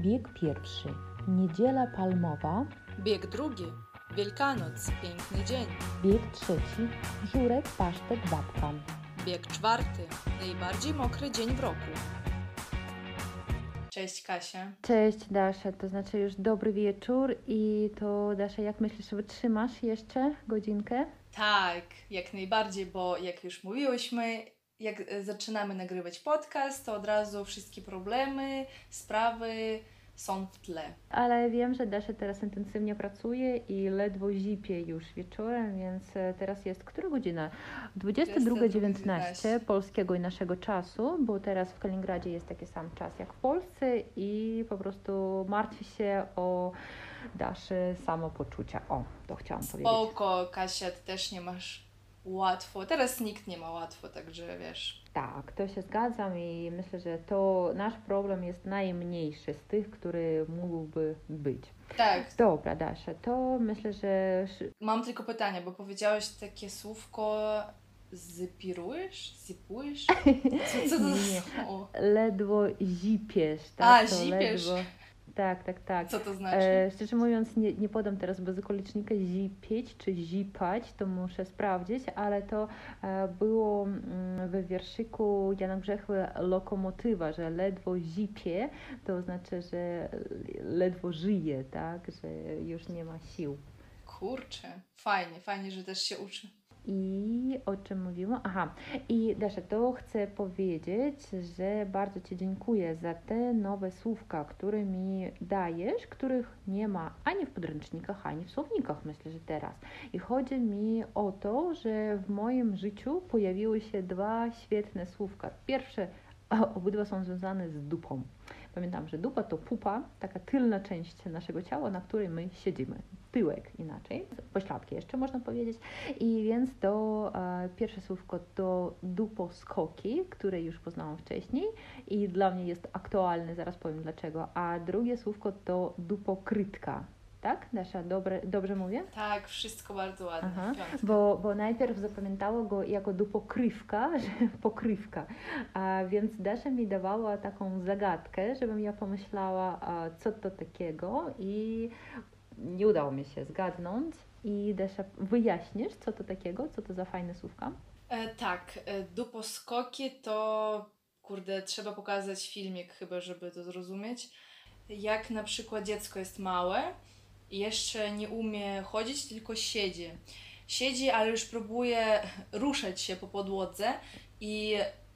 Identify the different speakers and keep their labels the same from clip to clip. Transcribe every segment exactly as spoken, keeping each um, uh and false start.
Speaker 1: Bieg pierwszy. Niedziela palmowa.
Speaker 2: Bieg drugi. Wielkanoc. Piękny dzień.
Speaker 1: Bieg trzeci. Żurek, pasztet, babka.
Speaker 2: Bieg czwarty. Najbardziej mokry dzień w roku. Cześć Kasia.
Speaker 1: Cześć Dasza, to znaczy już dobry wieczór i to Dasza, jak myślisz, wytrzymasz jeszcze godzinkę?
Speaker 2: Tak, jak najbardziej, bo jak już mówiłyśmy, jak zaczynamy nagrywać podcast, to od razu wszystkie problemy, sprawy są w tle.
Speaker 1: Ale wiem, że Dasza teraz intensywnie pracuje i ledwo zipie już wieczorem, więc teraz jest która godzina? dwudziesta druga dziewiętnaście polskiego i naszego czasu, bo teraz w Kaliningradzie jest taki sam czas jak w Polsce i po prostu martwi się o Daszy samopoczucia. O, to chciałam powiedzieć.
Speaker 2: Spoko, Kasia, ty też nie masz łatwo. Teraz nikt nie ma łatwo, także wiesz.
Speaker 1: Tak, to się zgadzam i myślę, że to nasz problem jest najmniejszy z tych, który mógłby być.
Speaker 2: Tak.
Speaker 1: Dobra, Dasza, to myślę, że...
Speaker 2: Mam tylko pytanie, bo powiedziałeś takie słówko zipirujesz? Zipujesz? Co, co to
Speaker 1: Nie,
Speaker 2: słowo?
Speaker 1: ledwo zipiesz, tak?
Speaker 2: A,
Speaker 1: to
Speaker 2: zipiesz.
Speaker 1: Ledwo... Tak, tak, tak.
Speaker 2: Co to znaczy?
Speaker 1: E, szczerze mówiąc, nie, nie podam teraz bez okolicznika zipieć czy zipać, to muszę sprawdzić, ale to e, było mm, we wierszyku Jana Grzechwy Lokomotywa, że ledwo zipie, to znaczy, że ledwo żyje, tak, że już nie ma sił.
Speaker 2: Kurczę, fajnie, fajnie, że też się uczy.
Speaker 1: I o czym mówiłam? Aha, i Dasza, to chcę powiedzieć, że bardzo Ci dziękuję za te nowe słówka, które mi dajesz, których nie ma ani w podręcznikach, ani w słownikach, myślę, że teraz. I chodzi mi o to, że w moim życiu pojawiły się dwa świetne słówka. Pierwsze, obydwa są związane z dupą. Pamiętam, że dupa to pupa, taka tylna część naszego ciała, na której my siedzimy. Tyłek inaczej, pośladki jeszcze można powiedzieć. I więc to e, pierwsze słówko to duposkoki, które już poznałam wcześniej i dla mnie jest aktualne, zaraz powiem dlaczego. A drugie słówko to dupokrytka. Tak, Dasza, dobre, dobrze mówię?
Speaker 2: Tak, wszystko bardzo ładnie.
Speaker 1: Aha, bo, bo najpierw zapamiętało go jako dupokrywka, że pokrywka, a więc Dasza mi dawała taką zagadkę, żebym ja pomyślała, a, co to takiego i nie udało mi się zgadnąć. I Dasza, wyjaśnisz, co to takiego, co to za fajne słówka?
Speaker 2: E, tak, e, duposkoki to, kurde, trzeba pokazać filmik chyba, żeby to zrozumieć. Jak na przykład dziecko jest małe i jeszcze nie umie chodzić, tylko siedzi. Siedzi, ale już próbuje ruszać się po podłodze i,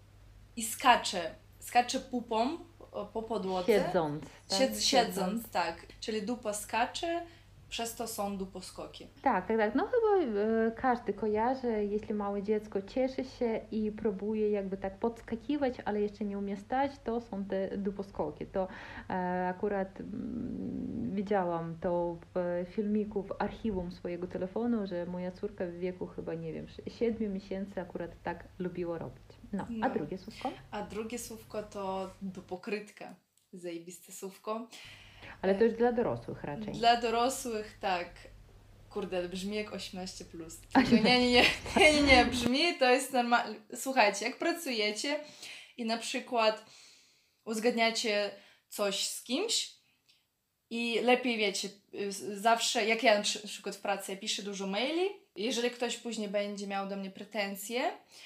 Speaker 2: i skacze. Skacze pupą po podłodze.
Speaker 1: Siedząc. Tak?
Speaker 2: Siedz, siedząc, tak. Czyli dupa skacze, przez to są duposkoki.
Speaker 1: Tak, tak, tak. No chyba e, każdy kojarzy, jeśli małe dziecko cieszy się i próbuje jakby tak podskakiwać, ale jeszcze nie umie stać, to są te duposkoki. To e, akurat mm, widziałam to w filmiku, w archiwum swojego telefonu, że moja córka w wieku chyba, nie wiem, siedmiu miesięcy akurat tak lubiła robić. No,
Speaker 2: No.
Speaker 1: a drugie słówko?
Speaker 2: A drugie słówko to dupokrytka. Zajebiste słówko.
Speaker 1: Ale to już dla dorosłych raczej.
Speaker 2: Dla dorosłych tak. Kurde, brzmi jak osiemnaście plus. Nie, nie, nie, nie, nie, nie, brzmi, to jest normalne. Słuchajcie, jak pracujecie i na przykład uzgadniacie coś z kimś i lepiej wiecie, zawsze, jak ja na przykład w pracy, ja piszę dużo maili, jeżeli ktoś później będzie miał do mnie pretensje,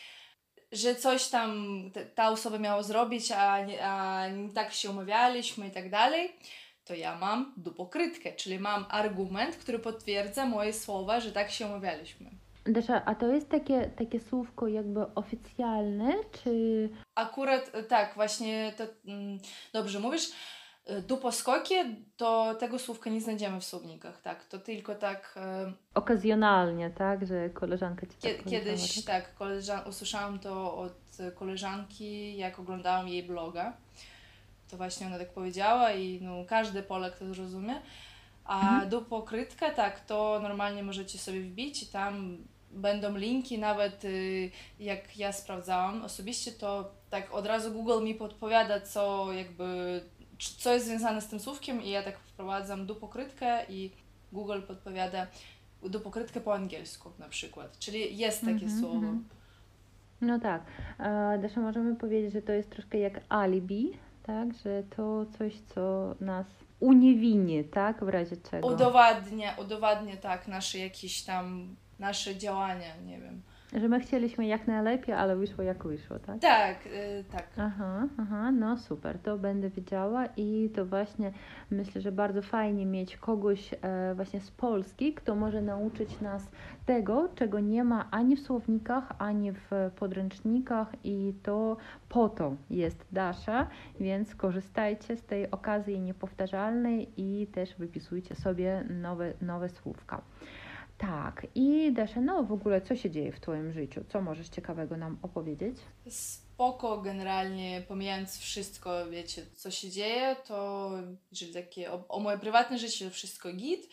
Speaker 2: że coś tam ta osoba miała zrobić, a nie, a nie tak się umawialiśmy i tak dalej, to ja mam dupokrytkę, czyli mam argument, który potwierdza moje słowa, że tak się umawialiśmy.
Speaker 1: Dasza, a to jest takie, takie słówko jakby oficjalne, czy...
Speaker 2: Akurat tak, właśnie to mm, dobrze mówisz. Duposkoki, to tego słówka nie znajdziemy w słownikach, tak, to tylko tak... E...
Speaker 1: Okazjonalnie, tak, że koleżanka Ci tak
Speaker 2: Kiedyś
Speaker 1: tak,
Speaker 2: tak koleżan- usłyszałam to od koleżanki, jak oglądałam jej bloga. To właśnie ona tak powiedziała i no, każdy Polak to zrozumie. A mhm. dupokrytka, tak, to normalnie możecie sobie wbić i tam będą linki, nawet y, jak ja sprawdzałam osobiście, to tak od razu Google mi podpowiada, co jakby, co jest związane z tym słówkiem i ja tak wprowadzam dupokrytkę i Google podpowiada dupokrytkę po angielsku na przykład. Czyli jest takie
Speaker 1: mhm,
Speaker 2: słowo.
Speaker 1: Mhm. No tak. E, Dasza, możemy powiedzieć, że to jest troszkę jak alibi, tak, że to coś, co nas uniewinni, tak, w razie czego.
Speaker 2: Udowadnia, udowadnia tak nasze jakieś tam, nasze działania, nie wiem.
Speaker 1: Że my chcieliśmy jak najlepiej, ale wyszło jak wyszło, tak?
Speaker 2: Tak, y, tak.
Speaker 1: Aha, aha, no super, to będę wiedziała i to właśnie myślę, że bardzo fajnie mieć kogoś e, właśnie z Polski, kto może nauczyć nas tego, czego nie ma ani w słownikach, ani w podręcznikach i to po to jest Dasza, więc korzystajcie z tej okazji niepowtarzalnej i też wypisujcie sobie nowe, nowe słówka. Tak, i Dasza, no w ogóle co się dzieje w Twoim życiu? Co możesz ciekawego nam opowiedzieć?
Speaker 2: Spoko generalnie, pomijając wszystko, wiecie, co się dzieje, to jeżeli takie o, o moje prywatne życie, to wszystko git,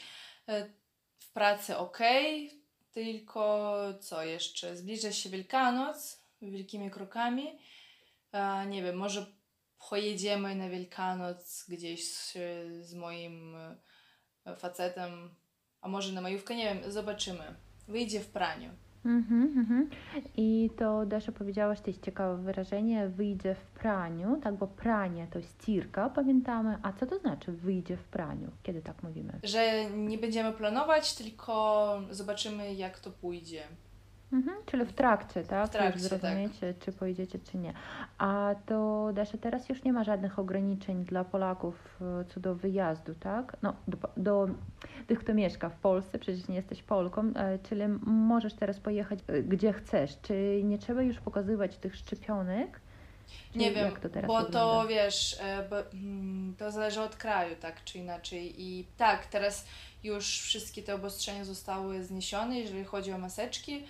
Speaker 2: w pracy okej, tylko co jeszcze? Zbliża się Wielkanoc wielkimi krokami, a, nie wiem, może pojedziemy na Wielkanoc gdzieś z, z moim facetem, a może na majówkę, nie wiem, zobaczymy. Wyjdzie w praniu.
Speaker 1: Mhm, mhm. I to Dasza powiedziałaś też ciekawe wyrażenie, wyjdzie w praniu, tak, bo pranie to stirka, pamiętamy, a co to znaczy wyjdzie w praniu, kiedy tak mówimy?
Speaker 2: Że nie będziemy planować, tylko zobaczymy jak to pójdzie.
Speaker 1: Mhm, czyli w trakcie, tak?
Speaker 2: W trakcie,
Speaker 1: już zrozumiecie, tak. Czy pojedziecie, czy nie. A to Dasza, teraz już nie ma żadnych ograniczeń dla Polaków co do wyjazdu, tak? No, do, do tych, kto mieszka w Polsce, przecież nie jesteś Polką, czyli możesz teraz pojechać gdzie chcesz. Czy nie trzeba już pokazywać tych szczepionek? Czy
Speaker 2: nie wiem,
Speaker 1: to teraz
Speaker 2: bo
Speaker 1: wygląda?
Speaker 2: to wiesz, bo, to zależy od kraju, tak czy inaczej. I tak, teraz już wszystkie te obostrzenia zostały zniesione, jeżeli chodzi o maseczki,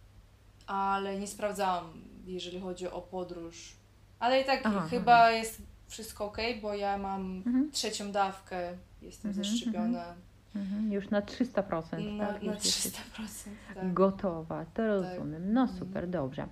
Speaker 2: ale nie sprawdzałam, jeżeli chodzi o podróż. Ale i tak aha, chyba aha. jest wszystko okej, bo ja mam mhm. trzecią dawkę, jestem mhm, zaszczepiona.
Speaker 1: Mhm. Już na trzysta procent,
Speaker 2: na,
Speaker 1: tak?
Speaker 2: Na
Speaker 1: już
Speaker 2: trzysta procent, tak.
Speaker 1: Gotowa, to rozumiem.
Speaker 2: Tak.
Speaker 1: No super, dobrze.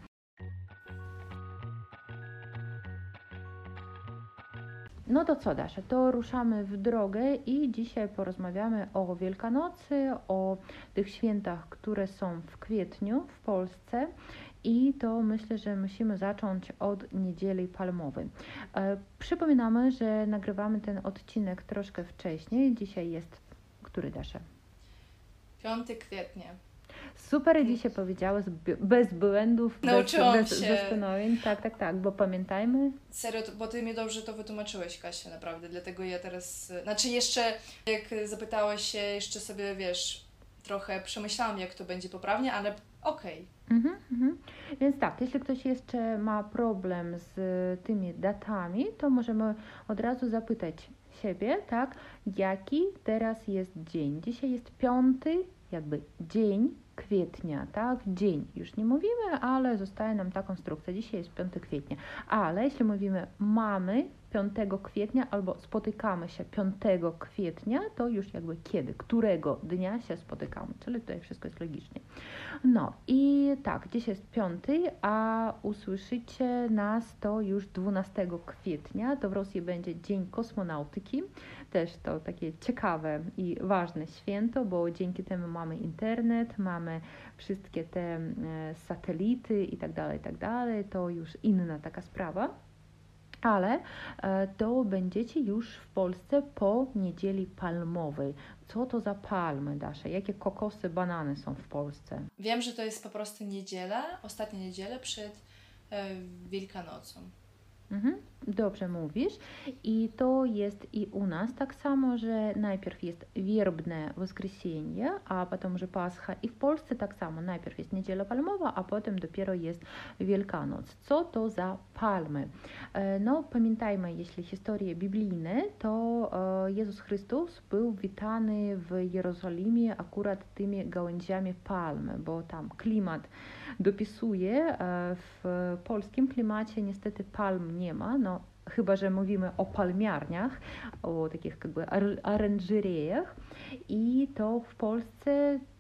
Speaker 1: No to co, Dasza, to ruszamy w drogę i dzisiaj porozmawiamy o Wielkanocy, o tych świętach, które są w kwietniu w Polsce i to myślę, że musimy zacząć od Niedzieli Palmowej. E, przypominamy, że nagrywamy ten odcinek troszkę wcześniej, dzisiaj jest, który, Dasza?
Speaker 2: piątego kwietnia.
Speaker 1: Super dzisiaj powiedziałaś, bez błędów,
Speaker 2: Nauczyłam
Speaker 1: bez, bez
Speaker 2: się.
Speaker 1: zastanowień. Tak, tak, tak, bo pamiętajmy.
Speaker 2: Serio, bo Ty mi dobrze to wytłumaczyłeś, Kasia, naprawdę, dlatego ja teraz... Znaczy jeszcze, jak zapytałeś się, jeszcze sobie, wiesz, trochę przemyślałam, jak to będzie poprawnie, ale okej.
Speaker 1: Okay. Mhm, mhm. Więc tak, jeśli ktoś jeszcze ma problem z tymi datami, to możemy od razu zapytać siebie, tak, jaki teraz jest dzień. Dzisiaj jest piąty, jakby dzień kwietnia, tak? Dzień. Już nie mówimy, ale zostaje nam ta konstrukcja. Dzisiaj jest piątego kwietnia. Ale jeśli mówimy mamy piątego kwietnia albo spotykamy się piątego kwietnia, to już jakby kiedy, którego dnia się spotykamy. Czyli tutaj wszystko jest logicznie. No i tak, dzisiaj jest piąty, a usłyszycie nas to już dwunastego kwietnia. To w Rosji będzie Dzień Kosmonautyki. Też to takie ciekawe i ważne święto, bo dzięki temu mamy internet, mamy wszystkie te e, satelity i tak dalej, i tak dalej. To już inna taka sprawa. Ale e, to będziecie już w Polsce po Niedzieli Palmowej. Co to za palmy, Dasza? Jakie kokosy, banany są w Polsce?
Speaker 2: Wiem, że to jest po prostu niedziela, ostatnia niedziela przed e, Wielkanocą.
Speaker 1: Mhm, dobrze mówisz. I to jest i u nas tak samo, że najpierw jest Wierbne Woskresenie, a potem że Pascha. I w Polsce tak samo. Najpierw jest Niedziela Palmowa, a potem dopiero jest Wielkanoc. Co to za palmy? No, pamiętajmy, jeśli historie biblijne, to Jezus Chrystus był witany w Jerozolimie akurat tymi gałęziami palmy, bo tam klimat dopisuje. W polskim klimacie niestety palm nie ma, no chyba że mówimy o palmiarniach, o takich jakby oranżeriach i to w Polsce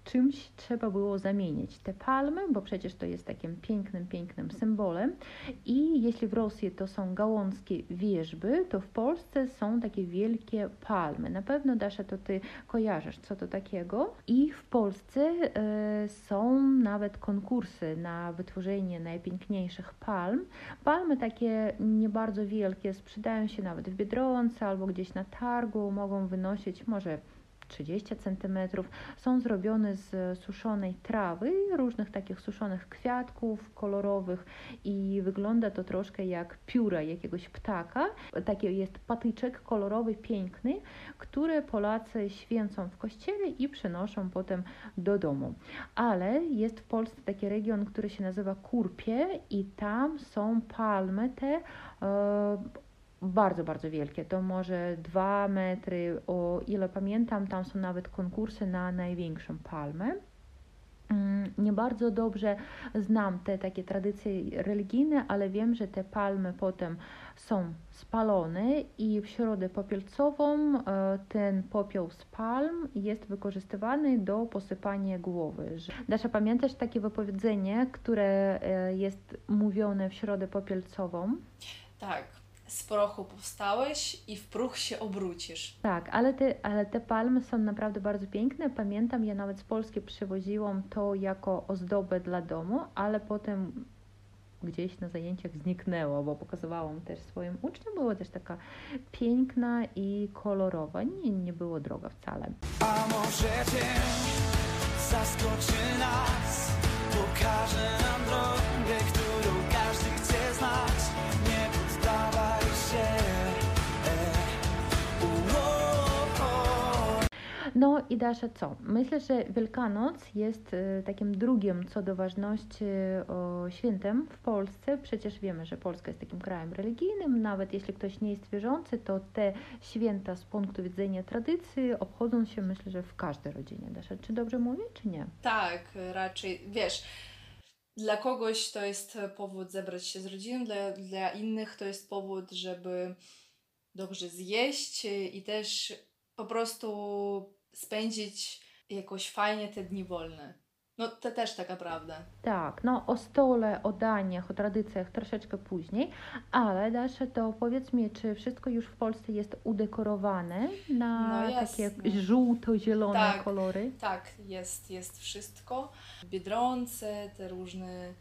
Speaker 1: czymś trzeba było zamienić te palmy, bo przecież to jest takim pięknym, pięknym symbolem. I jeśli w Rosji to są gałązki wierzby, to w Polsce są takie wielkie palmy. Na pewno, Dasza, to Ty kojarzysz, co to takiego. I w Polsce e, są nawet konkursy na wytworzenie najpiękniejszych palm. Palmy takie nie bardzo wielkie sprzedają się nawet w Biedronce albo gdzieś na targu, mogą wynosić może trzydzieści centymetrów. Są zrobione z suszonej trawy, różnych takich suszonych kwiatków kolorowych i wygląda to troszkę jak pióra jakiegoś ptaka. Taki jest patyczek kolorowy, piękny, który Polacy święcą w kościele i przynoszą potem do domu. Ale jest w Polsce taki region, który się nazywa Kurpie i tam są palmy te e, bardzo, bardzo wielkie, to może dwa metry, o ile pamiętam, tam są nawet konkursy na największą palmę. Nie bardzo dobrze znam te takie tradycje religijne, ale wiem, że te palmy potem są spalone i w środę popielcową ten popiół z palm jest wykorzystywany do posypania głowy. Dasza, pamiętasz takie wypowiedzenie, które jest mówione w środę popielcową?
Speaker 2: Tak. Z prochu powstałeś i w próch się obrócisz.
Speaker 1: Tak, ale te, ale te palmy są naprawdę bardzo piękne. Pamiętam, ja nawet z Polski przywoziłam to jako ozdobę dla domu, ale potem gdzieś na zajęciach zniknęło, bo pokazywałam też swoim uczniom. Była też taka piękna i kolorowa. Nie, nie było droga wcale.
Speaker 3: A może dzień zaskoczy nas, pokaże nam drogę, którą każdy chce znać. Nie poddawaj się.
Speaker 1: No i Dasza, co? Myślę, że Wielkanoc jest y, takim drugim co do ważności o, świętem w Polsce. Przecież wiemy, że Polska jest takim krajem religijnym. Nawet jeśli ktoś nie jest wierzący, to te święta z punktu widzenia tradycji obchodzą się, myślę, że w każdej rodzinie. Dasza, czy dobrze mówię, czy nie?
Speaker 2: Tak, raczej, wiesz, dla kogoś to jest powód zebrać się z rodziną, dla, dla innych to jest powód, żeby dobrze zjeść i też po prostu spędzić jakoś fajnie te dni wolne. No to też taka prawda.
Speaker 1: Tak, no o stole, o daniach, o tradycjach troszeczkę później, ale Dasza, to powiedz mi, czy wszystko już w Polsce jest udekorowane na
Speaker 2: No
Speaker 1: takie
Speaker 2: jasne.
Speaker 1: żółto-zielone
Speaker 2: Tak.
Speaker 1: kolory?
Speaker 2: Tak, jest, jest wszystko. W Biedronce te różne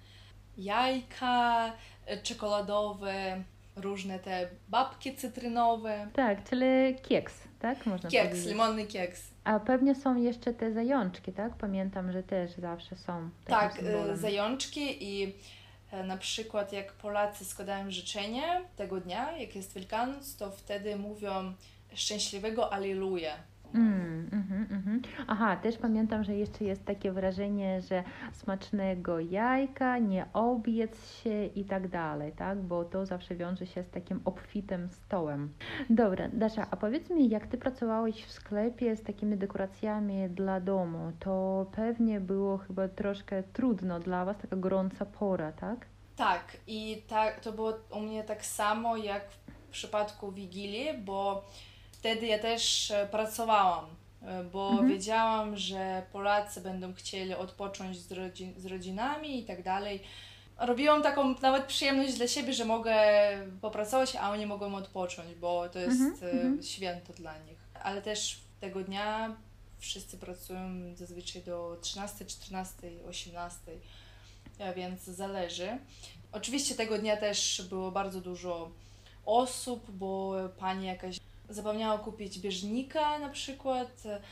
Speaker 2: jajka czekoladowe, różne te babki cytrynowe.
Speaker 1: Tak, czyli kieks, tak? Można
Speaker 2: Kieks,
Speaker 1: powiedzieć.
Speaker 2: limonny kieks.
Speaker 1: A pewnie są jeszcze te zajączki, tak? Pamiętam, że też zawsze są takim
Speaker 2: Tak,
Speaker 1: symbolem.
Speaker 2: y, zajączki i e, na przykład jak Polacy składają życzenie tego dnia, jak jest Wielkanoc, to wtedy mówią szczęśliwego Alleluja.
Speaker 1: Mm, mhm, mhm. Aha, też pamiętam, że jeszcze jest takie wyrażenie, że smacznego jajka, nie obiec się i tak dalej, tak? Bo to zawsze wiąże się z takim obfitym stołem. Dobra, Dasza, a powiedz mi, jak Ty pracowałeś w sklepie z takimi dekoracjami dla domu, to pewnie było chyba troszkę trudno dla Was, taka gorąca pora, tak?
Speaker 2: Tak, i tak, to było u mnie tak samo jak w przypadku Wigilii, bo wtedy ja też e, pracowałam, e, bo
Speaker 1: Mhm.
Speaker 2: wiedziałam, że Polacy będą chcieli odpocząć z, rodzi- z rodzinami i tak dalej. Robiłam taką nawet przyjemność dla siebie, że mogę popracować, a oni mogą odpocząć, bo to jest
Speaker 1: Mhm,
Speaker 2: e,
Speaker 1: mhm.
Speaker 2: święto dla nich. Ale też tego dnia wszyscy pracują zazwyczaj do trzynastej, czternastej, osiemnastej, e, więc zależy. Oczywiście tego dnia też było bardzo dużo osób, bo pani jakaś zapomniała kupić bieżnika na przykład, e,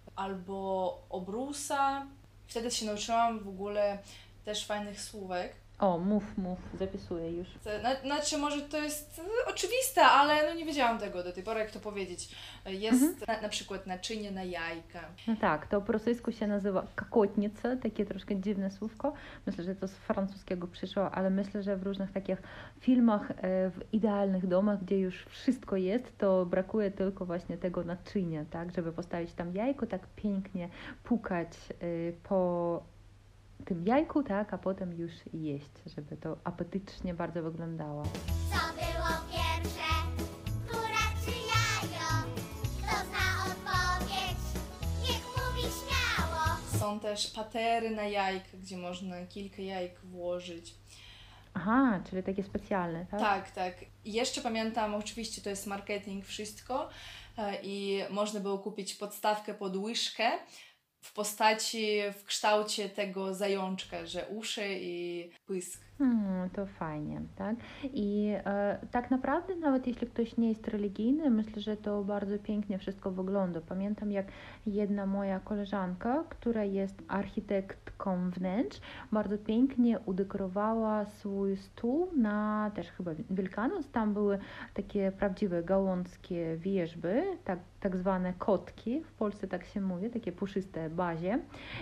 Speaker 2: albo obrusa. Wtedy się nauczyłam w ogóle też fajnych słówek.
Speaker 1: O, mów, mów, zapisuję już.
Speaker 2: To, na, znaczy może to jest e, oczywiste, ale no nie wiedziałam tego do tej pory, jak to powiedzieć. E, Jest na, na przykład naczynie na jajka.
Speaker 1: No tak, to po rosyjsku się nazywa kakotnica, takie troszkę dziwne słówko. Myślę, że to z francuskiego przyszło, ale myślę, że w różnych takich filmach, e, w idealnych domach, gdzie już wszystko jest, to brakuje tylko właśnie tego naczynia, tak, żeby postawić tam jajko, tak pięknie pukać e, po tym jajku, tak, a potem już jeść, żeby to apetycznie bardzo wyglądało.
Speaker 4: Co było pierwsze? Kura czy jajo? Kto zna odpowiedź? Niech mówi śmiało.
Speaker 2: Są są też patery na jajka, gdzie można kilka jajek włożyć.
Speaker 1: Aha, czyli takie specjalne, tak?
Speaker 2: Tak, tak. I jeszcze pamiętam, oczywiście to jest marketing, wszystko e, i można było kupić podstawkę pod łyżkę w postaci, w kształcie tego zajączka, że uszy i pysk.
Speaker 1: Hmm, to fajnie, tak? I e, tak naprawdę, nawet jeśli ktoś nie jest religijny, myślę, że to bardzo pięknie wszystko wygląda. Pamiętam, jak jedna moja koleżanka, która jest architektką wnętrz, bardzo pięknie udekorowała swój stół na też chyba Wielkanoc. Tam były takie prawdziwe gałązkie wierzby, tak, tak zwane kotki, w Polsce tak się mówi, takie puszyste bazie.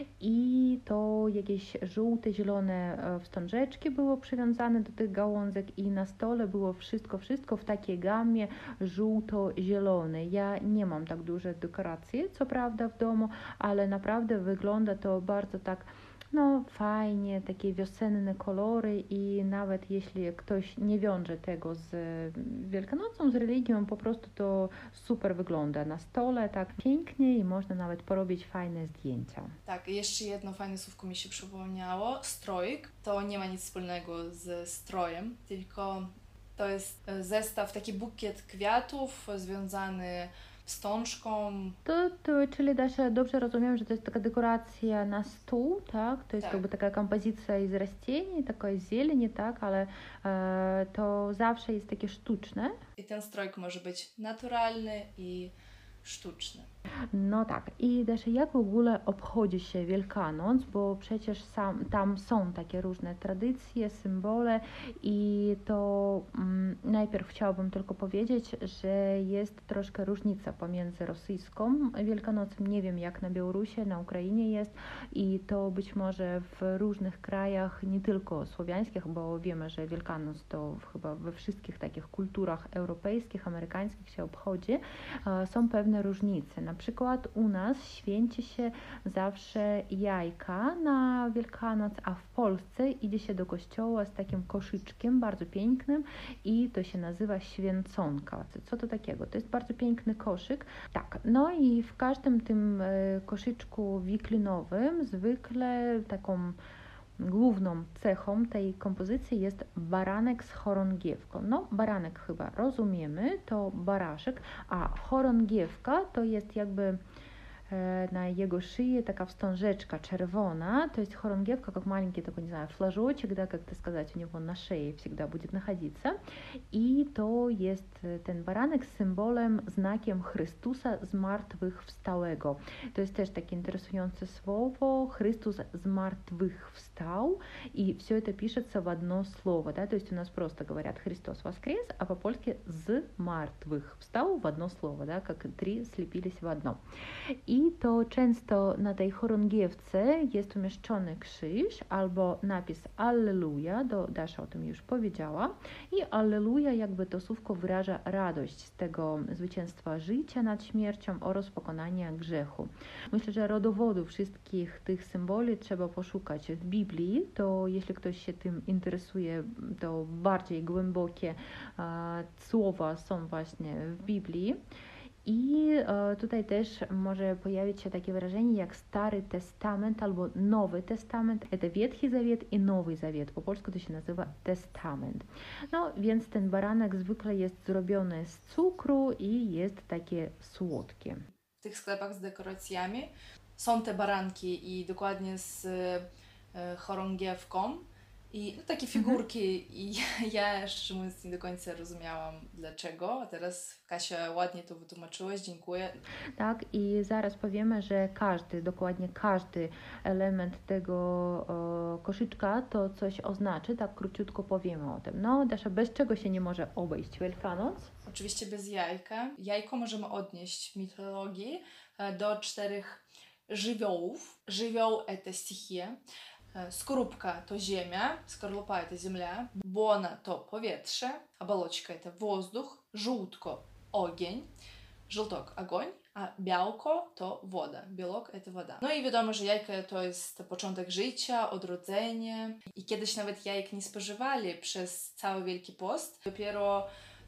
Speaker 1: I to jakieś żółte, zielone e, wstążeczki były przywiązane do tych gałązek i na stole było wszystko, wszystko w takiej gamie żółto-zielonej. Ja nie mam tak duże dekoracji, co prawda w domu, ale naprawdę wygląda to bardzo tak, no fajnie, takie wiosenne kolory i nawet jeśli ktoś nie wiąże tego z Wielkanocą, z religią, po prostu to super wygląda na stole, tak pięknie i można nawet porobić fajne zdjęcia.
Speaker 2: Tak, i jeszcze jedno fajne słówko mi się przypomniało. Strojk. To nie ma nic wspólnego ze strojem, tylko to jest zestaw, taki bukiet kwiatów związany wstążką.
Speaker 1: To, to, czyli Dasia, dobrze rozumiem, że to jest taka dekoracja na stół, tak? To jest
Speaker 2: Tak.
Speaker 1: jakby taka kompozycja z rастений, taka zieleni, tak? Ale e, to zawsze jest takie sztuczne.
Speaker 2: I ten strojk może być naturalny i sztuczny.
Speaker 1: No tak. I Dasia, jak w ogóle obchodzi się Wielkanoc? Bo przecież sam, tam są takie różne tradycje, symbole i to mm, najpierw chciałabym tylko powiedzieć, że jest troszkę różnica pomiędzy rosyjską Wielkanocą, nie wiem jak na Białorusi, na Ukrainie jest i to być może w różnych krajach, nie tylko słowiańskich, bo wiemy, że Wielkanoc to chyba we wszystkich takich kulturach europejskich, amerykańskich się obchodzi, e, są pewne różnice. Na przykład u nas święci się zawsze jajka na Wielkanoc, a w Polsce idzie się do kościoła z takim koszyczkiem bardzo pięknym i to się nazywa święconka. Co to takiego? To jest bardzo piękny koszyk. Tak, no i w każdym tym koszyczku wiklinowym zwykle taką główną cechą tej kompozycji jest baranek z chorągiewką. No, baranek chyba rozumiemy, to baraszek, a chorągiewka to jest jakby на его шее такая встążeczка czerwona, то есть хорангевка, как маленький такой, не знаю, флажочек, да, как-то сказать, у него на шее всегда будет находиться. I to jest ten baranek symbolem, znakiem Chrystusa zmartwychwstałego. To jest też takie interesujące słowo. Chrystus zmartwychwstał, и все это пишется в одно слово, да, то есть у нас просто говорят Христос воскрес, а по-польски змартwychwstał в одно слово, да, как три слепились в одно. I to często na tej chorągiewce jest umieszczony krzyż albo napis Alleluja, do Dasza o tym już powiedziała. I Alleluja jakby to słówko wyraża radość z tego zwycięstwa życia nad śmiercią oraz pokonania grzechu. Myślę, że rodowodu wszystkich tych symboli trzeba poszukać w Biblii. To jeśli ktoś się tym interesuje, to bardziej głębokie e, słowa są właśnie w Biblii. I e, tutaj też może pojawić się takie wyrażenie jak Stary Testament albo Nowy Testament. To Ветхий Завет i Nowy Завет. Po polsku to się nazywa Testament. No więc ten baranek zwykle jest zrobiony z cukru i jest takie słodkie.
Speaker 2: W tych sklepach z dekoracjami są te baranki i dokładnie z e, chorągiewką. I no, takie figurki i ja szczerze mówiąc nie do końca rozumiałam dlaczego, a teraz Kasia ładnie to wytłumaczyłaś, dziękuję.
Speaker 1: Tak, i zaraz powiemy, że każdy, dokładnie każdy element tego o, koszyczka to coś oznaczy, tak króciutko powiemy o tym. No Dasza, bez czego się nie może obejść Wielkanoc?
Speaker 2: Oczywiście bez jajka. Jajko możemy odnieść w mitologii do czterech żywiołów. Żywioł to стихия. Skorupka to ziemia, skorlupa to ziemia, błona to powietrze, оболочка to woздух, żółtko ogień, żółtok ogień, a białko to woda, białok to woda. No i wiadomo, że jajko to jest początek życia, odrodzenie i kiedyś nawet jajek nie spożywali przez cały Wielki Post. Dopiero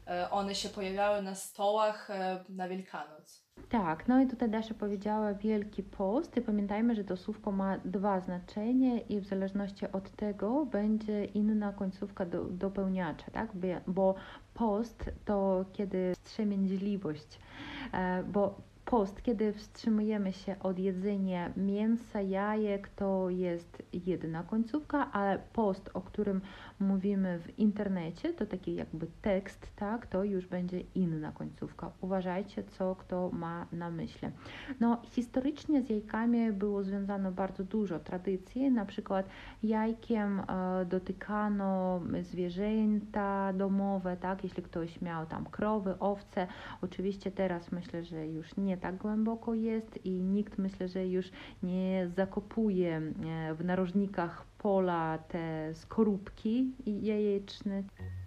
Speaker 2: e, one się pojawiały na stołach e, na Wielkanoc.
Speaker 1: Tak, no i tutaj Dasza powiedziała Wielki Post i pamiętajmy, że to słówko ma dwa znaczenia i w zależności od tego będzie inna końcówka do, dopełniacza, tak? Bie- Bo post to kiedy wstrzemięźliwość, e, bo post, kiedy wstrzymujemy się od jedzenia mięsa, jajek, to jest jedna końcówka, ale post, o którym mówimy w internecie, to taki jakby tekst, tak, to już będzie inna końcówka. Uważajcie, co kto ma na myśli. No, historycznie z jajkami było związane bardzo dużo tradycji, na przykład jajkiem e, dotykano zwierzęta domowe, tak, jeśli ktoś miał tam krowy, owce. Oczywiście teraz myślę, że już nie tak głęboko jest i nikt myślę, że już nie zakopuje e, w narożnikach pola te skorupki jajeczne.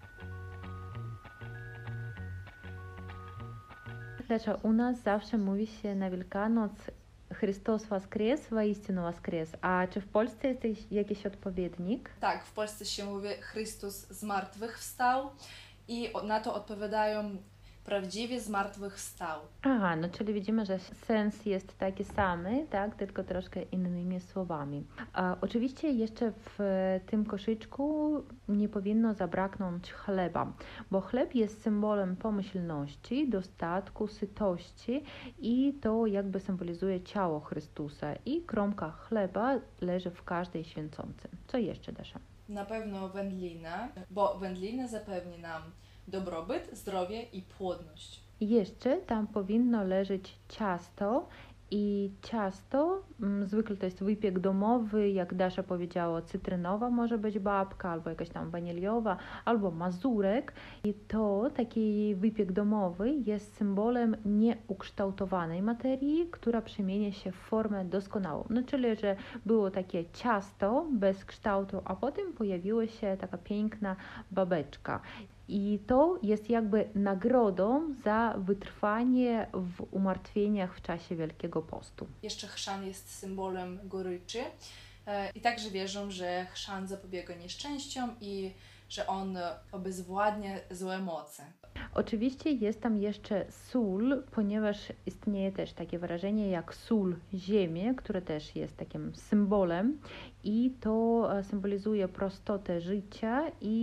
Speaker 1: Lecz u nas zawsze mówi się na Wielkanoc Chrystus воскрес, воистину воскрес. A czy w Polsce jest jakiś odpowiednik?
Speaker 2: Tak, w Polsce się mówi Chrystus zmartwychwstał i na to odpowiadają prawdziwie zmartwychwstał.
Speaker 1: Aha, no czyli widzimy, że sens jest taki samy, tak, tylko troszkę innymi słowami. A, oczywiście jeszcze w tym koszyczku nie powinno zabraknąć chleba, bo chleb jest symbolem pomyślności, dostatku, sytości i to jakby symbolizuje ciało Chrystusa i kromka chleba leży w każdej święconce. Co jeszcze, Dasza?
Speaker 2: Na pewno wędlina, bo wędlina zapewni nam dobrobyt, zdrowie i płodność.
Speaker 1: Jeszcze tam powinno leżeć ciasto i ciasto, mm, zwykle to jest wypiek domowy, jak Dasza powiedziała, cytrynowa może być babka, albo jakaś tam waniliowa, albo mazurek. I to taki wypiek domowy jest symbolem nieukształtowanej materii, która przemienia się w formę doskonałą. No czyli, że było takie ciasto bez kształtu, a potem pojawiła się taka piękna babeczka. I to jest jakby nagrodą za wytrwanie w umartwieniach w czasie Wielkiego Postu.
Speaker 2: Jeszcze chrzan jest symbolem goryczy e, i także wierzą, że chrzan zapobiega nieszczęściom i że on obezwładnia złe moce.
Speaker 1: Oczywiście jest tam jeszcze sól, ponieważ istnieje też takie wyrażenie jak sól ziemi, które też jest takim symbolem i to symbolizuje prostotę życia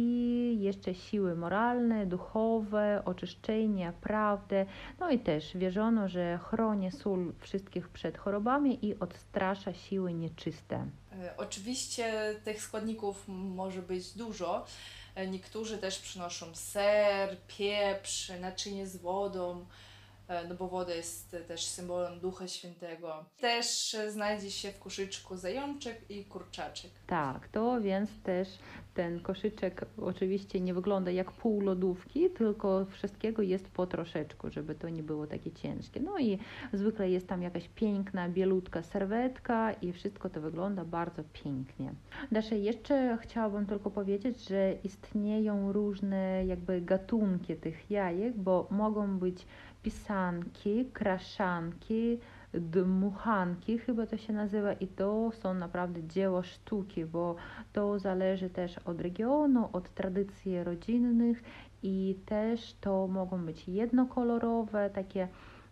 Speaker 1: i jeszcze siły moralne, duchowe, oczyszczenie, prawdę. No i też wierzono, że chroni sól wszystkich przed chorobami i odstrasza siły nieczyste.
Speaker 2: E, Oczywiście tych składników może być dużo. E, Niektórzy też przynoszą ser, pieprz, naczynie z wodą, e, no bo woda jest też symbolem Ducha Świętego. Też e, znajdzie się w koszyczku zajączek i kurczaczek.
Speaker 1: Tak, to więc też ten koszyczek oczywiście nie wygląda jak pół lodówki, tylko wszystkiego jest po troszeczku, żeby to nie było takie ciężkie. No i zwykle jest tam jakaś piękna, bielutka serwetka i wszystko to wygląda bardzo pięknie. Dasza, jeszcze chciałabym tylko powiedzieć, że istnieją różne jakby gatunki tych jajek, bo mogą być pisanki, kraszanki, dmuchanki, chyba to się nazywa, i to są naprawdę dzieła sztuki, bo to zależy też od regionu, od tradycji rodzinnych i też to mogą być jednokolorowe, takie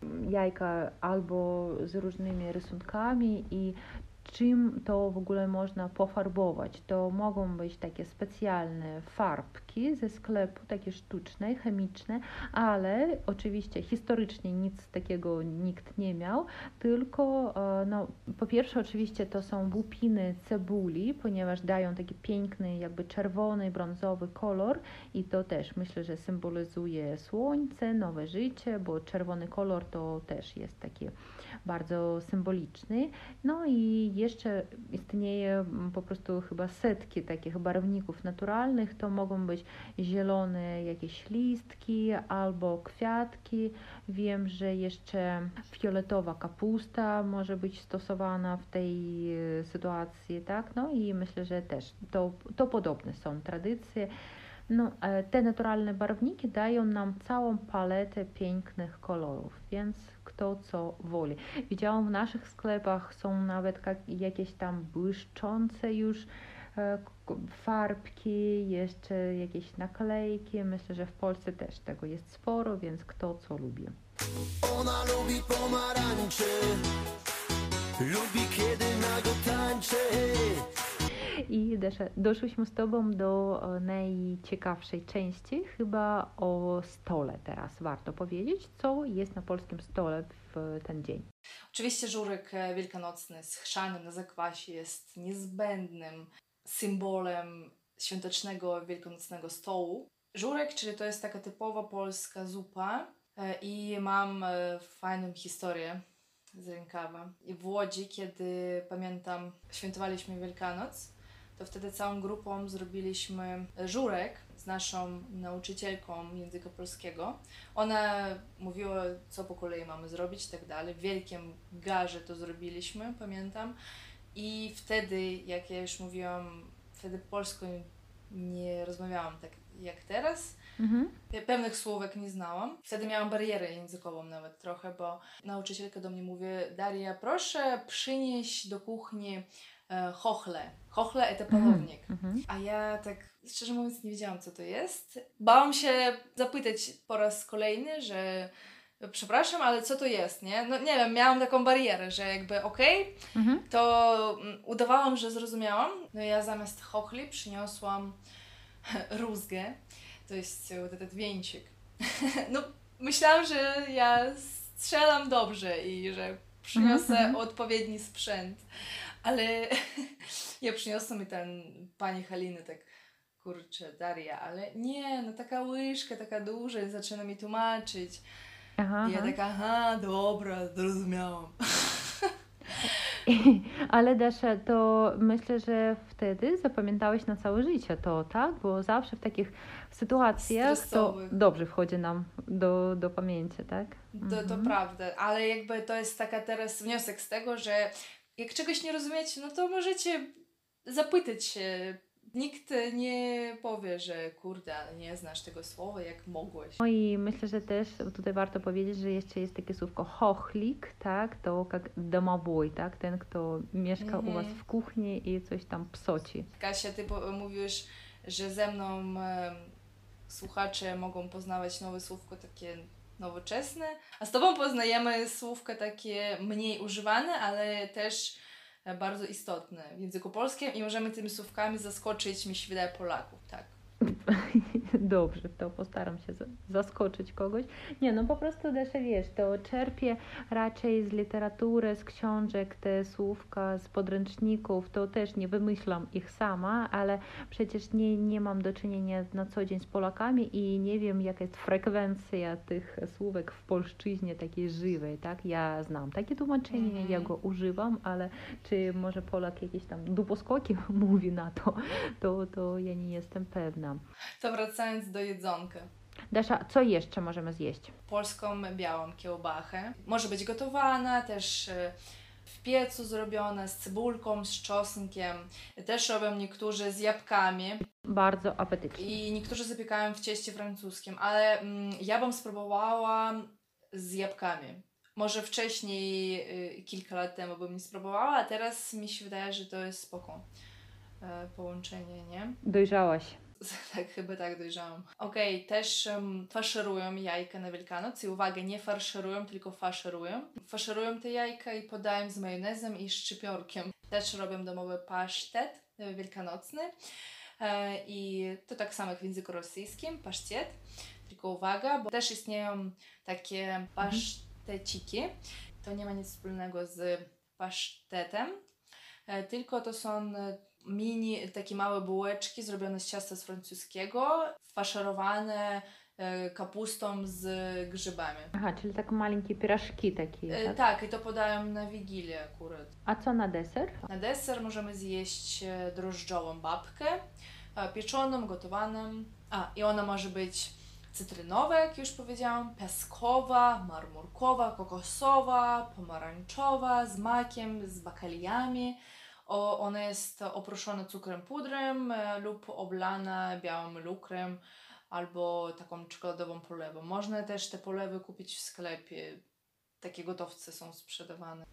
Speaker 1: jajka albo z różnymi rysunkami i czym to w ogóle można pofarbować. To mogą być takie specjalne farbki ze sklepu, takie sztuczne, chemiczne, ale oczywiście historycznie nic takiego nikt nie miał, tylko no, po pierwsze oczywiście to są łupiny cebuli, ponieważ dają taki piękny, jakby czerwony, brązowy kolor i to też myślę, że symbolizuje słońce, nowe życie, bo czerwony kolor to też jest taki bardzo symboliczny. No i jeszcze istnieje po prostu chyba setki takich barwników naturalnych. To mogą być zielone jakieś listki albo kwiatki. Wiem, że jeszcze fioletowa kapusta może być stosowana w tej sytuacji, tak? No i myślę, że też to, to podobne są tradycje. No, te naturalne barwniki dają nam całą paletę pięknych kolorów, więc kto co woli. Widziałam w naszych sklepach są nawet jakieś tam błyszczące już e, k- farbki, jeszcze jakieś naklejki. Myślę, że w Polsce też tego jest sporo, więc kto co lubi.
Speaker 3: Ona lubi pomarańcze, lubi kiedy nago tańczę.
Speaker 1: I Desza, doszłyśmy z Tobą do e, najciekawszej części, chyba o stole teraz warto powiedzieć, co jest na polskim stole w ten dzień.
Speaker 2: Oczywiście żurek e, wielkanocny z chrzanem na zakwasie jest niezbędnym symbolem świątecznego wielkanocnego stołu. Żurek, czyli to jest taka typowa polska zupa e, i mam e, fajną historię z rękawa. I w Łodzi, kiedy pamiętam, świętowaliśmy Wielkanoc, to wtedy całą grupą zrobiliśmy żurek z naszą nauczycielką języka polskiego. Ona mówiła, co po kolei mamy zrobić i tak dalej. W wielkim garze to zrobiliśmy, pamiętam. I wtedy, jak ja już mówiłam, wtedy polską nie rozmawiałam tak jak teraz.
Speaker 1: Mhm.
Speaker 2: Ja pewnych słówek nie znałam. Wtedy miałam barierę językową nawet trochę, bo nauczycielka do mnie mówi: Daria, proszę przynieść do kuchni e, chochle. Chochle to polownik.
Speaker 1: Mhm.
Speaker 2: A ja tak, szczerze mówiąc, nie wiedziałam, co to jest. Bałam się zapytać po raz kolejny, że przepraszam, ale co to jest, nie? No nie wiem, miałam taką barierę, że jakby okej,
Speaker 1: Mhm.
Speaker 2: to mm, udawałam, że zrozumiałam. No i ja zamiast chochli przyniosłam rózgę, to jest e, ten wieńczyk. No myślałam, że ja strzelam dobrze i że przyniosę
Speaker 1: Mhm.
Speaker 2: odpowiedni sprzęt, ale ja przyniosłam i ten pani Haliny tak, kurczę, Daria, ale nie, no taka łyżka, taka duża i zaczyna mi tłumaczyć.
Speaker 1: Aha,
Speaker 2: I ja
Speaker 1: aha.
Speaker 2: tak, aha, dobra, zrozumiałam.
Speaker 1: Ale Dasza, to myślę, że wtedy zapamiętałeś na całe życie to, tak? Bo zawsze w takich sytuacjach to
Speaker 2: Stresowych.
Speaker 1: dobrze wchodzi nam do, do pamięci, tak?
Speaker 2: To, to
Speaker 1: Mhm.
Speaker 2: prawda, ale jakby to jest taka teraz wniosek z tego, że jak czegoś nie rozumiecie, no to możecie zapytać się. Nikt nie powie, że kurde, ale nie znasz tego słowa, jak mogłeś.
Speaker 1: No i myślę, że też tutaj warto powiedzieć, że jeszcze jest takie słówko chochlik, tak? To jak domowój, tak? Ten, kto mieszka u was
Speaker 2: Mhm.
Speaker 1: w kuchni i coś tam psoci.
Speaker 2: Kasia, ty po- mówisz, że ze mną em, słuchacze mogą poznawać nowe słówko takie nowoczesne, a z tobą poznajemy słówka takie mniej używane, ale też e, bardzo istotne w języku polskim i możemy tymi słówkami zaskoczyć, mi się wydaje, Polaków, tak.
Speaker 1: Dobrze, to postaram się za- zaskoczyć kogoś. Nie, no po prostu Desza, wiesz, to czerpię raczej z literatury, z książek, te słówka, z podręczników, to też nie wymyślam ich sama, ale przecież nie, nie mam do czynienia na co dzień z Polakami i nie wiem, jaka jest frekwencja tych słówek w polszczyźnie takiej żywej, tak? Ja znam takie tłumaczenie,
Speaker 2: Mhm.
Speaker 1: ja go używam, ale czy może Polak jakieś tam duposkoki mówi na to, to, to ja nie jestem pewna.
Speaker 2: To wracając do jedzonka.
Speaker 1: Dasza, co jeszcze możemy zjeść?
Speaker 2: Polską białą kiełbachę. Może być gotowana, też e, w piecu zrobiona, z cebulką, z czosnkiem. Też robią niektórzy z jabłkami.
Speaker 1: Bardzo apetycznie.
Speaker 2: I niektórzy zapiekają w cieście francuskim, ale mm, ja bym spróbowała z jabłkami. Może wcześniej, y, kilka lat temu bym nie spróbowała, a teraz mi się wydaje, że to jest spoko e, połączenie, nie?
Speaker 1: Dojrzałaś.
Speaker 2: Tak, chyba tak dojrzałam. Okej, też um, faszerują jajka na Wielkanoc i uwaga, nie farszerują, tylko faszerują. Faszerują te jajka i podają z majonezem i szczypiorkiem. Też robią domowy pasztet e, wielkanocny. E, I to tak samo jak w języku rosyjskim, pasztet. Tylko uwaga, bo też istnieją takie paszteciki. To nie ma nic wspólnego z pasztetem, e, tylko to są e, mini, takie małe bułeczki zrobione z ciasta z francuskiego, faszerowane e, kapustą z grzybami.
Speaker 1: Aha, czyli tak malinkie pieraszki takie,
Speaker 2: E,
Speaker 1: tak?
Speaker 2: tak, i to podają na Wigilię akurat.
Speaker 1: A co na deser?
Speaker 2: Na deser możemy zjeść e, drożdżową babkę, e, pieczoną, gotowaną. A, i ona może być cytrynowa, jak już powiedziałam, piaskowa, marmurkowa, kokosowa, pomarańczowa, z makiem, z bakaliami. O, ona jest oprószona cukrem pudrem e, lub oblana białym lukrem albo taką czekoladową polewą. Można też te polewy kupić w sklepie. Takie gotowce są sprzedawane.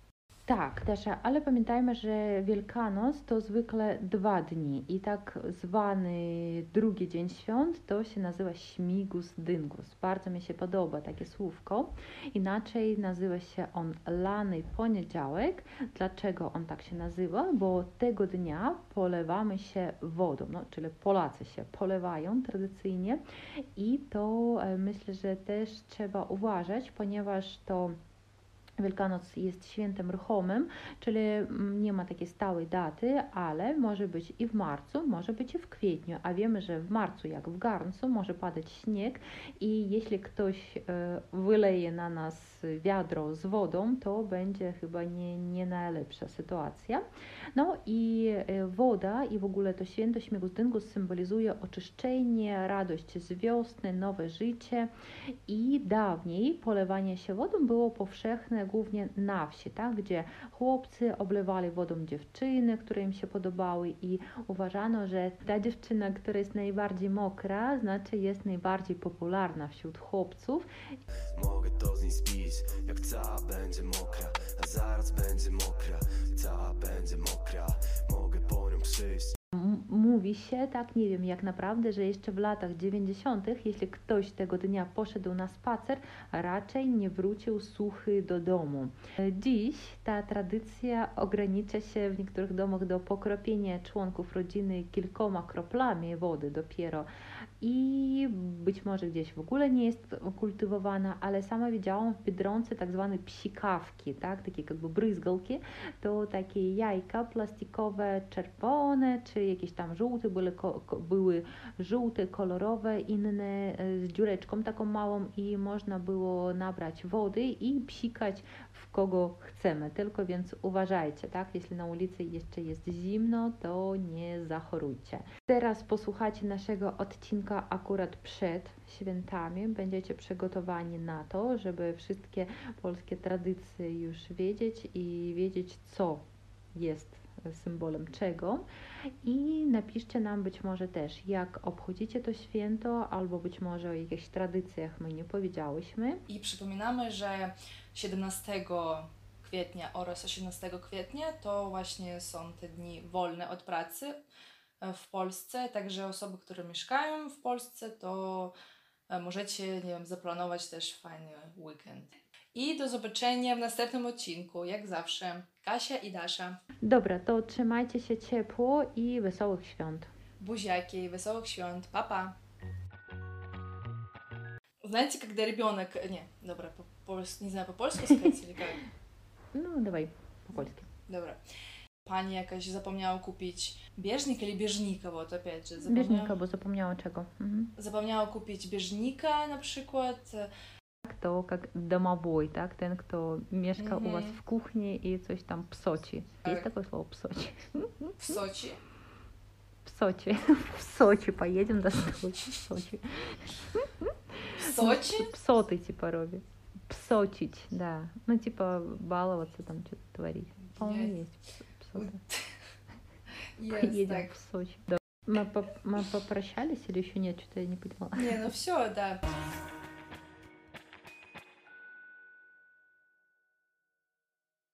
Speaker 1: Tak, Dasza, ale pamiętajmy, że Wielkanoc to zwykle dwa dni i tak zwany drugi dzień świąt to się nazywa Śmigus Dyngus. Bardzo mi się podoba takie słówko. Inaczej nazywa się on Lany Poniedziałek. Dlaczego on tak się nazywa? Bo tego dnia polewamy się wodą, no, czyli Polacy się polewają tradycyjnie i to e, myślę, że też trzeba uważać, ponieważ to Wielkanoc jest świętem ruchomym, czyli nie ma takiej stałej daty, ale może być i w marcu, może być i w kwietniu, a wiemy, że w marcu, jak w garncu, może padać śnieg i jeśli ktoś wyleje na nas wiadro z wodą, to będzie chyba nie, nie najlepsza sytuacja. No i woda i w ogóle to święto Śmigus Dyngus symbolizuje oczyszczenie, radość z wiosny, nowe życie i dawniej polewanie się wodą było powszechne głównie na wsi, tak, gdzie chłopcy oblewali wodą dziewczyny, które im się podobały i uważano, że ta dziewczyna, która jest najbardziej mokra, znaczy jest najbardziej popularna wśród chłopców.
Speaker 3: Mogę to z niej spić, jak cała będzie mokra, a zaraz będzie mokra, cała będzie mokra, mogę po nią przyjść.
Speaker 1: Mówi się, tak nie wiem jak naprawdę, że jeszcze w latach dziewięćdziesiątych, jeśli ktoś tego dnia poszedł na spacer, raczej nie wrócił suchy do domu. Dziś ta tradycja ogranicza się w niektórych domach do pokropienia członków rodziny kilkoma kroplami wody dopiero i być może gdzieś w ogóle nie jest kultywowana, ale sama widziałam w Biedronce tak zwane psikawki, tak, takie jakby bryzgalki, to takie jajka plastikowe, czerwone, czy jakieś tam żółte, były, były żółte, kolorowe, inne z dziureczką taką małą i można było nabrać wody i psikać w kogo chcemy, tylko więc uważajcie, tak, jeśli na ulicy jeszcze jest zimno, to nie zachorujcie. Teraz posłuchajcie naszego odcinka akurat przed świętami, będziecie przygotowani na to, żeby wszystkie polskie tradycje już wiedzieć i wiedzieć, co jest symbolem czego i napiszcie nam być może też, jak obchodzicie to święto, albo być może o jakichś tradycjach my nie powiedziałyśmy.
Speaker 2: I przypominamy, że siedemnastego kwietnia oraz osiemnastego kwietnia to właśnie są te dni wolne od pracy w Polsce, także osoby, które mieszkają w Polsce, to możecie, nie wiem, zaplanować też fajny weekend. I do zobaczenia w następnym odcinku, jak zawsze. Kasia i Dasza.
Speaker 1: Dobra, to trzymajcie się ciepło i wesołych świąt.
Speaker 2: Buziaki, wesołych świąt. Pa, pa. Знаете, когда ребенок... Не, dobra, по, по, не знаю, по-польsku сказать или как?
Speaker 1: No, dawaj, po polsku.
Speaker 2: Dobra. Pani jakaś zapomniała kupić bieżnik или bieżnika, вот опять же. Zapomniała...
Speaker 1: Bieżnika, bo zapomniała czego. Mhm.
Speaker 2: Zapomniała kupić bieżnika na przykład.
Speaker 1: To jak domowy, tak? Ten, kto mieszka
Speaker 2: Mhm.
Speaker 1: u was w kuchni i coś tam psoci.
Speaker 2: Tak.
Speaker 1: Jest takie słowo psoci?
Speaker 2: W Soczi.
Speaker 1: Псочи. В Сочи поедем до Сочи. В Сочи.
Speaker 2: В Сочи?
Speaker 1: Псоты типа роби. Псочить, да. Ну типа баловаться там, что-то творить. По-моему,
Speaker 2: Я-
Speaker 1: есть псоты.
Speaker 2: Yes,
Speaker 1: Поедем
Speaker 2: так.
Speaker 1: в Сочи. Да. Мы, поп- мы попрощались или еще нет? Что-то я не поняла.
Speaker 2: Не, ну все, да.